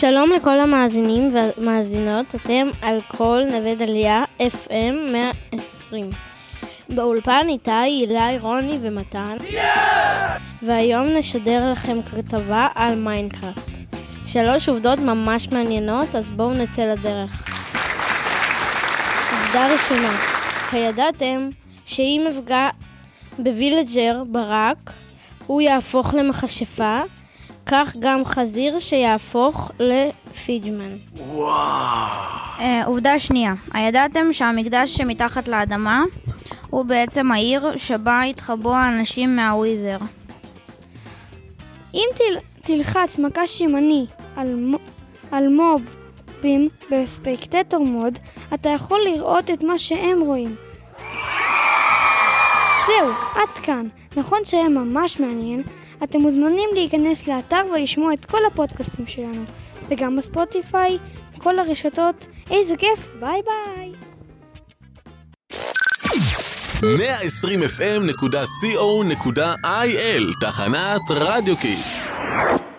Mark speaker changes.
Speaker 1: שלום לכל המאזינים והמאזינות, אתם על כל נווה דליה FM 120. באולפן איתי, אילי, רוני ומתן. והיום נשדר לכם כתבה על מיינקראפט. 3 עובדות ממש מעניינות, אז בואו נצא לדרך. עובדה ראשונה, הידעתם שאם יפגע בווילג'ר ברק, הוא יהפוך למכשפה, כך גם חזיר שיהפוך לפיג'מן.
Speaker 2: עובדה שנייה, הידעתם שהמקדש שמתחת לאדמה הוא בעצם העיר שבה התחבאו האנשים מהוויזר.
Speaker 3: אם תלחץ מקש ימני על מובים בספקטטור מוד, אתה יכול לראות את מה שהם רואים. זהו, עד כאן. נכון שהיה ממש מעניין. אתם מוזמנים להיכנס לאתר ולשמוע את כל הפודקאסטים שלנו, וגם בספוטיפיי, כל הרשתות. איזה כיף, ביי ביי.
Speaker 4: 120fm.co.il, תחנת רדיו קידס.